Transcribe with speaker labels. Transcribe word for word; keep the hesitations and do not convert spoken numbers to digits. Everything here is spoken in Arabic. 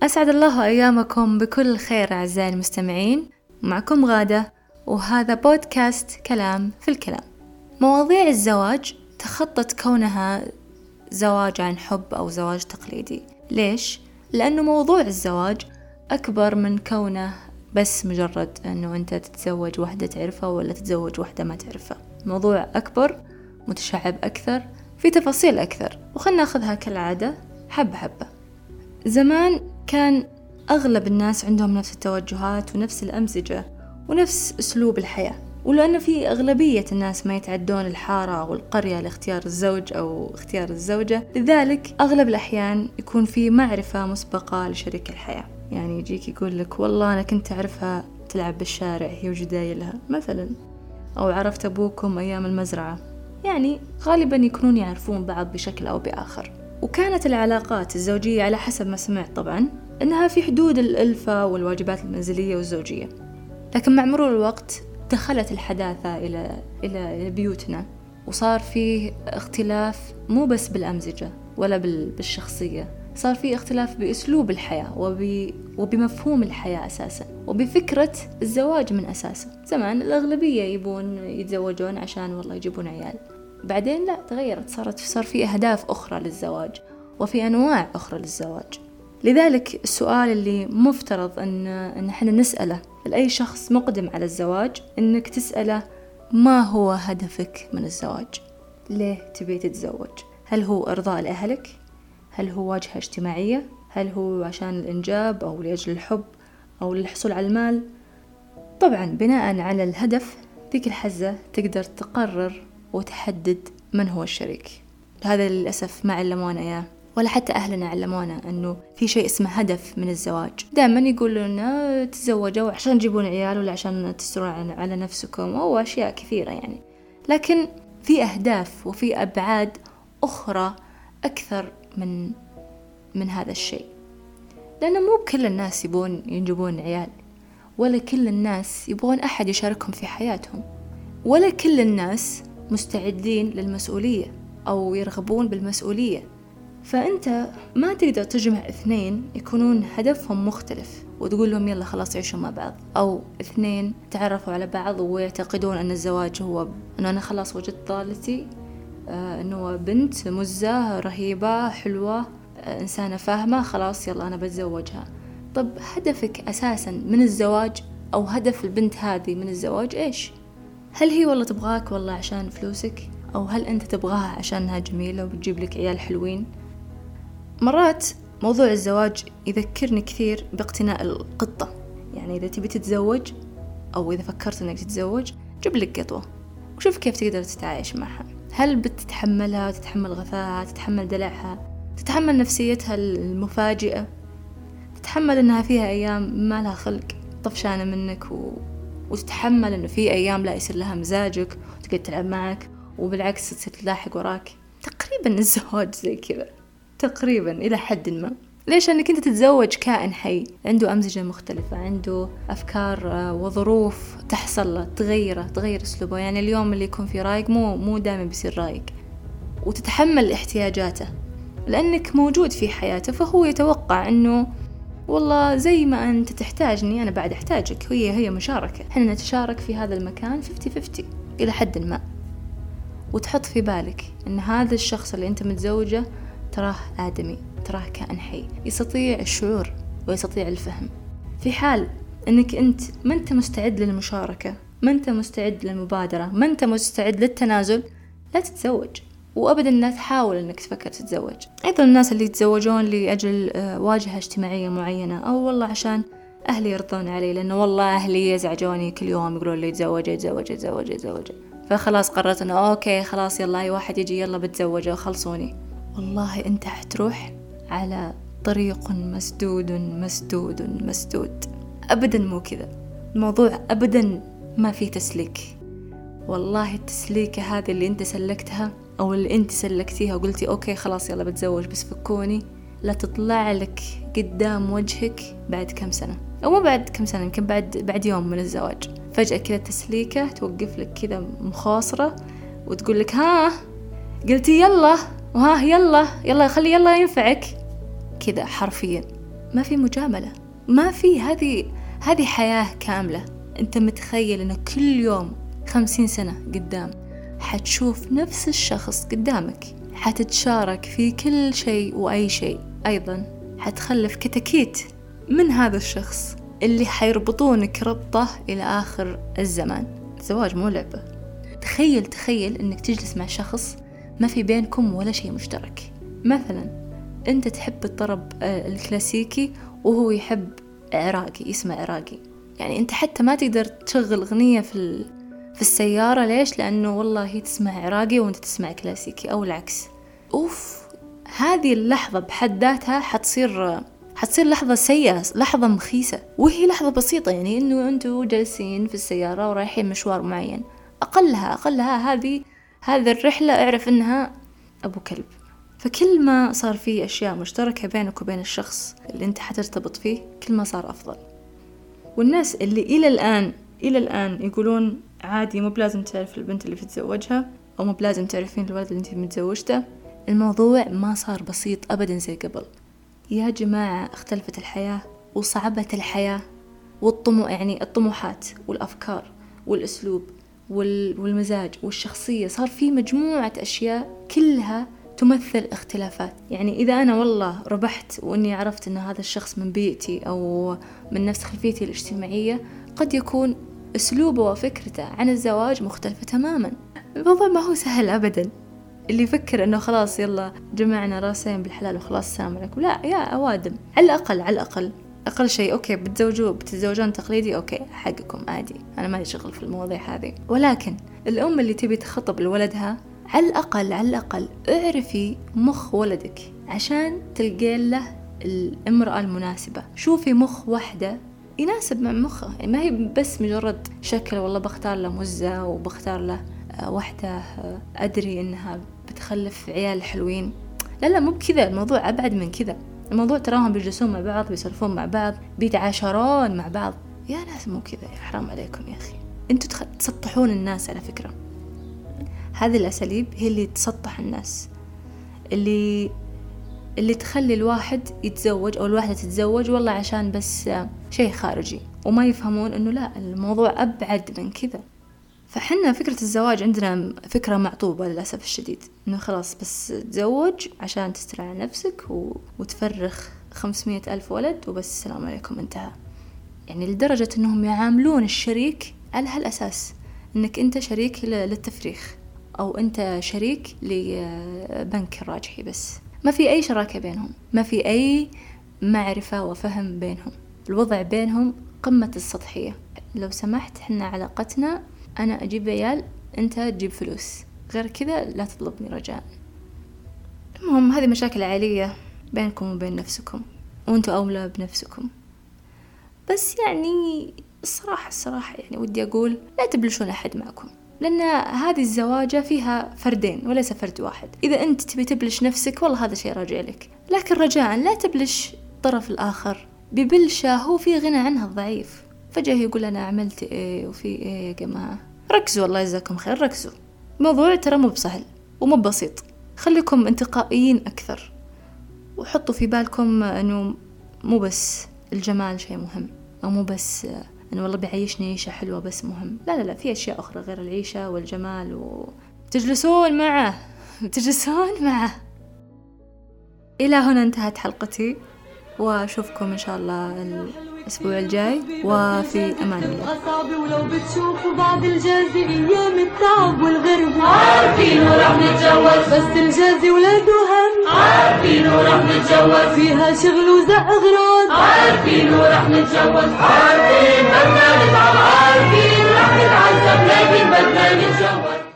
Speaker 1: أسعد الله أيامكم بكل خير أعزائي المستمعين. معكم غادة، وهذا بودكاست كلام في الكلام. مواضيع الزواج تخطت كونها زواج عن حب أو زواج تقليدي. ليش؟ لأنه موضوع الزواج أكبر من كونه بس مجرد أنه أنت تتزوج واحدة تعرفها ولا تتزوج واحدة ما تعرفها. موضوع أكبر، متشعب أكثر، في تفاصيل أكثر، وخلنا ناخذها كالعادة حبة حبة. زمان كان أغلب الناس عندهم نفس التوجهات ونفس الأمزجة ونفس أسلوب الحياة، ولأنه في أغلبية الناس ما يتعدون الحارة أو القرية لاختيار الزوج أو اختيار الزوجة، لذلك أغلب الأحيان يكون في معرفة مسبقة لشريك الحياة. يعني يجيك يقول لك والله أنا كنت أعرفها تلعب بالشارع هي وجدايلها مثلا، أو عرفت أبوكم أيام المزرعة. يعني غالبا يكونون يعرفون بعض بشكل أو بآخر. وكانت العلاقات الزوجية على حسب ما سمعت طبعا أنها في حدود الألفة والواجبات المنزلية والزوجية. لكن مع مرور الوقت دخلت الحداثة إلى إلى بيوتنا، وصار فيه اختلاف مو بس بالأمزجة ولا بالشخصية، صار فيه اختلاف بأسلوب الحياة وب وبمفهوم الحياة أساسا، وبفكرة الزواج من أساسه. زمان الأغلبية يبون يتزوجون عشان والله يجيبون عيال، بعدين لا، تغيرت، صارت صار في أهداف أخرى للزواج وفي أنواع أخرى للزواج. لذلك السؤال اللي مفترض أن أن احنا نسأله لأي شخص مقدم على الزواج، إنك تسأله ما هو هدفك من الزواج؟ ليه تبي تتزوج؟ هل هو إرضاء لأهلك؟ هل هو واجهة اجتماعية؟ هل هو عشان الإنجاب أو لأجل الحب أو للحصول على المال؟ طبعا بناء على الهدف ذيك الحزة تقدر تقرر وتحدد من هو الشريك. هذا للأسف ما علمونا إياه، ولا حتى أهلنا علمونا أنه في شيء اسمه هدف من الزواج. دائما يقولوا لنا تزوجوا عشان تجيبون عيال ولا عشان تسترون على نفسكم أو أشياء كثيرة يعني. لكن في أهداف وفي أبعاد أخرى أكثر من من هذا الشيء، لأنه مو كل الناس يبون ينجبون عيال، ولا كل الناس يبغون أحد يشاركهم في حياتهم، ولا كل الناس مستعدين للمسؤولية أو يرغبون بالمسؤولية. فأنت ما تقدر تجمع اثنين يكونون هدفهم مختلف وتقول لهم يلا خلاص عيشوا مع بعض، أو اثنين تعرفوا على بعض ويعتقدون أن الزواج هو أنه أنا خلاص وجدت ضالتي، آه أنه بنت مزة رهيبة حلوة، آه إنسانة فاهمة، خلاص يلا أنا بتزوجها. طب هدفك أساسا من الزواج أو هدف البنت هذه من الزواج إيش؟ هل هي والله تبغاك والله عشان فلوسك، أو هل أنت تبغاها عشانها جميلة وبتجيب لك عيال حلوين؟ مرات موضوع الزواج يذكرني كثير باقتناء القطة. يعني إذا تبي تتزوج أو إذا فكرت أنك تتزوج، جيب لك قطوة وشوف كيف تقدر تتعايش معها. هل بتتحملها، تتحمل غثاها، تتحمل دلعها، تتحمل نفسيتها المفاجئة، تتحمل أنها فيها أيام ما لها خلق طفشانة منك، و... وتتحمل أنه في أيام لا يصير لها مزاجك وتقعد تلعب معك، وبالعكس تصير تلاحق وراك. تقريبا الزواج زي كذا تقريبا إلى حد ما. ليش؟ أنك أنت تتزوج كائن حي عنده أمزجة مختلفة، عنده أفكار وظروف تحصل له تغيره تغير أسلوبه. يعني اليوم اللي يكون في رايق مو مو دائما بيصير رايق، وتتحمل احتياجاته لأنك موجود في حياته، فهو يتوقع أنه والله زي ما أنت تحتاجني أنا بعد أحتاجك. هي هي مشاركة، إحنا نتشارك في هذا المكان فيفتي فيفتي إلى حد ما. وتحط في بالك أن هذا الشخص اللي أنت متزوجه تراه آدمي، تراه كائن حي، يستطيع الشعور ويستطيع الفهم. في حال أنك أنت ما أنت مستعد للمشاركة، ما أنت مستعد للمبادرة، ما أنت مستعد للتنازل، لا تتزوج، وأبدا لا تحاول أنك تفكر تتزوج. أيضا الناس اللي يتزوجون لأجل واجهة اجتماعية معينة، أو والله عشان أهلي يرضون علي، لأنه والله أهلي يزعجوني كل يوم يقولون لي يتزوج يتزوج يتزوج يتزوج، فخلاص قررت أنه أوكي خلاص يلا أي واحد يجي يلا بتزوجه وخلصوني. والله أنت حتروح على طريق مسدود مسدود مسدود. أبدا مو كذا الموضوع، أبدا ما في تسليك. والله التسليكة هذه اللي أنت سلكتها أو اللي أنت سلكتيها وقلتي أوكي خلاص يلا بتزوج بس فكوني، لا تطلع لك قدام وجهك بعد كم سنة، أو مو بعد كم سنة، يمكن بعد بعد يوم من الزواج فجأة كذا تسليكة توقف لك كذا مخاصرة وتقول لك ها قلتي يلا وها يلا يلا خلي يلا ينفعك كذا حرفيا. ما في مجاملة، ما في هذه هذه حياة كاملة. أنت متخيل أنه كل يوم خمسين سنة قدام حتشوف نفس الشخص قدامك، حتتشارك في كل شيء وأي شيء، أيضا حتخلف كتاكيت من هذا الشخص اللي حيربطونك ربطة إلى آخر الزمان. الزواج مو لعبة. تخيل تخيل أنك تجلس مع شخص ما في بينكم ولا شيء مشترك. مثلا أنت تحب الطرب الكلاسيكي وهو يحب عراقي، يسمع عراقي، يعني أنت حتى ما تقدر تشغل أغنية في في السيارة. ليش؟ لأنه والله هي تسمع عراقي وأنت تسمع كلاسيكي أو العكس. أوف، هذه اللحظة بحد ذاتها حتصير حتصير لحظة سيئة، لحظة مخيسة، وهي لحظة بسيطة، يعني إنه أنتوا جالسين في السيارة ورايحين مشوار معين، أقلها أقلها هذه هذه الرحلة اعرف إنها أبو كلب. فكل ما صار فيه أشياء مشتركة بينك وبين الشخص اللي أنت حترتبط فيه كل ما صار أفضل. والناس اللي إلى الآن إلى الآن يقولون عادي مو بلازم تعرف البنت اللي بتتزوجها أو مو بلازم تعرفين الولد اللي أنت متزوجته، الموضوع ما صار بسيط أبدا زي قبل. يا جماعة اختلفت الحياة وصعبت الحياة، والطموح يعني الطموحات والأفكار والأسلوب والمزاج والشخصية، صار في مجموعة أشياء كلها تمثل اختلافات. يعني إذا أنا والله ربحت وإني عرفت أن هذا الشخص من بيئتي أو من نفس خلفيتي الاجتماعية، قد يكون أسلوبه وفكرته عن الزواج مختلفة تماما. الموضوع ما هو سهل أبدا. اللي يفكر أنه خلاص يلا جمعنا راسين بالحلال وخلاص سلام عليكم، لا يا أوادم. على الأقل على الأقل أقل شيء أوكي بتزوجوا بتتزوجون تقليدي، أوكي حقكم عادي، أنا ما أشغل في المواضيع هذه. ولكن الأم اللي تبي تخطب لولدها على الأقل على الأقل اعرفي مخ ولدك عشان تلقي له الامرأة المناسبة. شوفي مخ واحدة يناسب مع مخه، يعني ما هي بس مجرد شكل والله بختار له مزة وبختار له واحدة أدري إنها بتخلف عيال حلوين. لا لا مو بكذا، الموضوع أبعد من كذا. الموضوع تراهم بيجلسون مع بعض، بيسولفون مع بعض، بيتعاشرون مع بعض. يا ناس مو كذا، يا حرام عليكم يا أخي، أنتوا تخ... تسطحون الناس. على فكرة هذه الأساليب هي اللي تسطح الناس، اللي اللي تخلي الواحد يتزوج أو الواحدة تتزوج والله عشان بس شيء خارجي، وما يفهمون إنه لا، الموضوع أبعد من كذا. فحنا فكرة الزواج عندنا فكرة معطوبة للأسف الشديد، إنه خلاص بس تزوج عشان تسترعى نفسك و... وتفرخ خمسمية ألف ولد وبس السلام عليكم انتهى. يعني لدرجة إنهم يعاملون الشريك على هالأساس، إنك أنت شريك للتفريخ أو أنت شريك لبنك الراجحي، بس ما في أي شراكة بينهم، ما في أي معرفة وفهم بينهم. الوضع بينهم قمة السطحية. لو سمحت حنا علاقتنا أنا أجيب عيال أنت تجيب فلوس، غير كذا لا تطلبني رجاء. المهم هذه مشاكل عائلية بينكم وبين نفسكم، وأنتوا أولى بنفسكم. بس يعني الصراحة الصراحة يعني ودي أقول لا تبلشون أحد معكم، لأن هذه الزواجة فيها فردين وليس فرد واحد. إذا أنت تبي تبلش نفسك والله هذا شيء راجع لك، لكن رجاء لا تبلش الطرف الآخر ببلشة هو في غنى عنها الضعيف. فجأة يقول أنا عملت إيه وفي إيه. يا جماعة ركزوا، الله يجزاكم خير، ركزوا. الموضوع ترى مو بسهل ومو بسيط. خليكم انتقائيين أكثر، وحطوا في بالكم أنه مو بس الجمال شيء مهم، أو مو بس أنه والله بيعيشني عيشة حلوة بس مهم. لا لا لا، في أشياء أخرى غير العيشة والجمال، وتجلسون معه تجلسون معه. إلى هنا انتهت حلقتي، وأشوفكم إن شاء الله الأسبوع الجاي، وفي أمان الله. أصعب ولو بتشوفوا بعض الجازي أيام التعب والغرب، عارفين ورح نتجوز، بس الجازي ولاده هم، عارفين ورح نتجوز، فيها شغل وزق غراض، عارفين ورح نتجوز، عارفين بدنا نتعب، عارفين رح نتعذب، لكن بدنا نتجوز.